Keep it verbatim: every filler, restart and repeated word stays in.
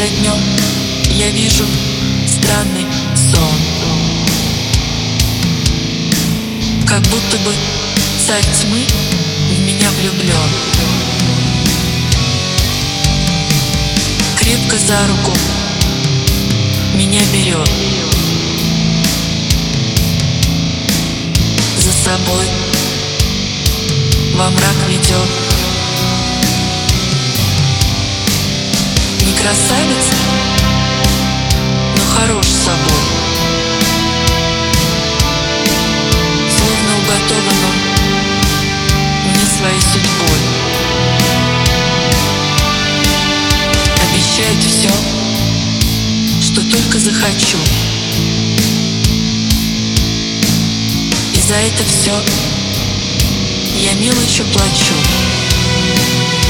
за днем я вижу странный сон, как будто бы царь тьмы в меня влюблен. Крепко за руку меня берет, за собой во мрак ведет. Не красавец, но хорош собой, словно уготован он мне своей судьбой. Обещает все, что только захочу, и за это все я мелочью плачу.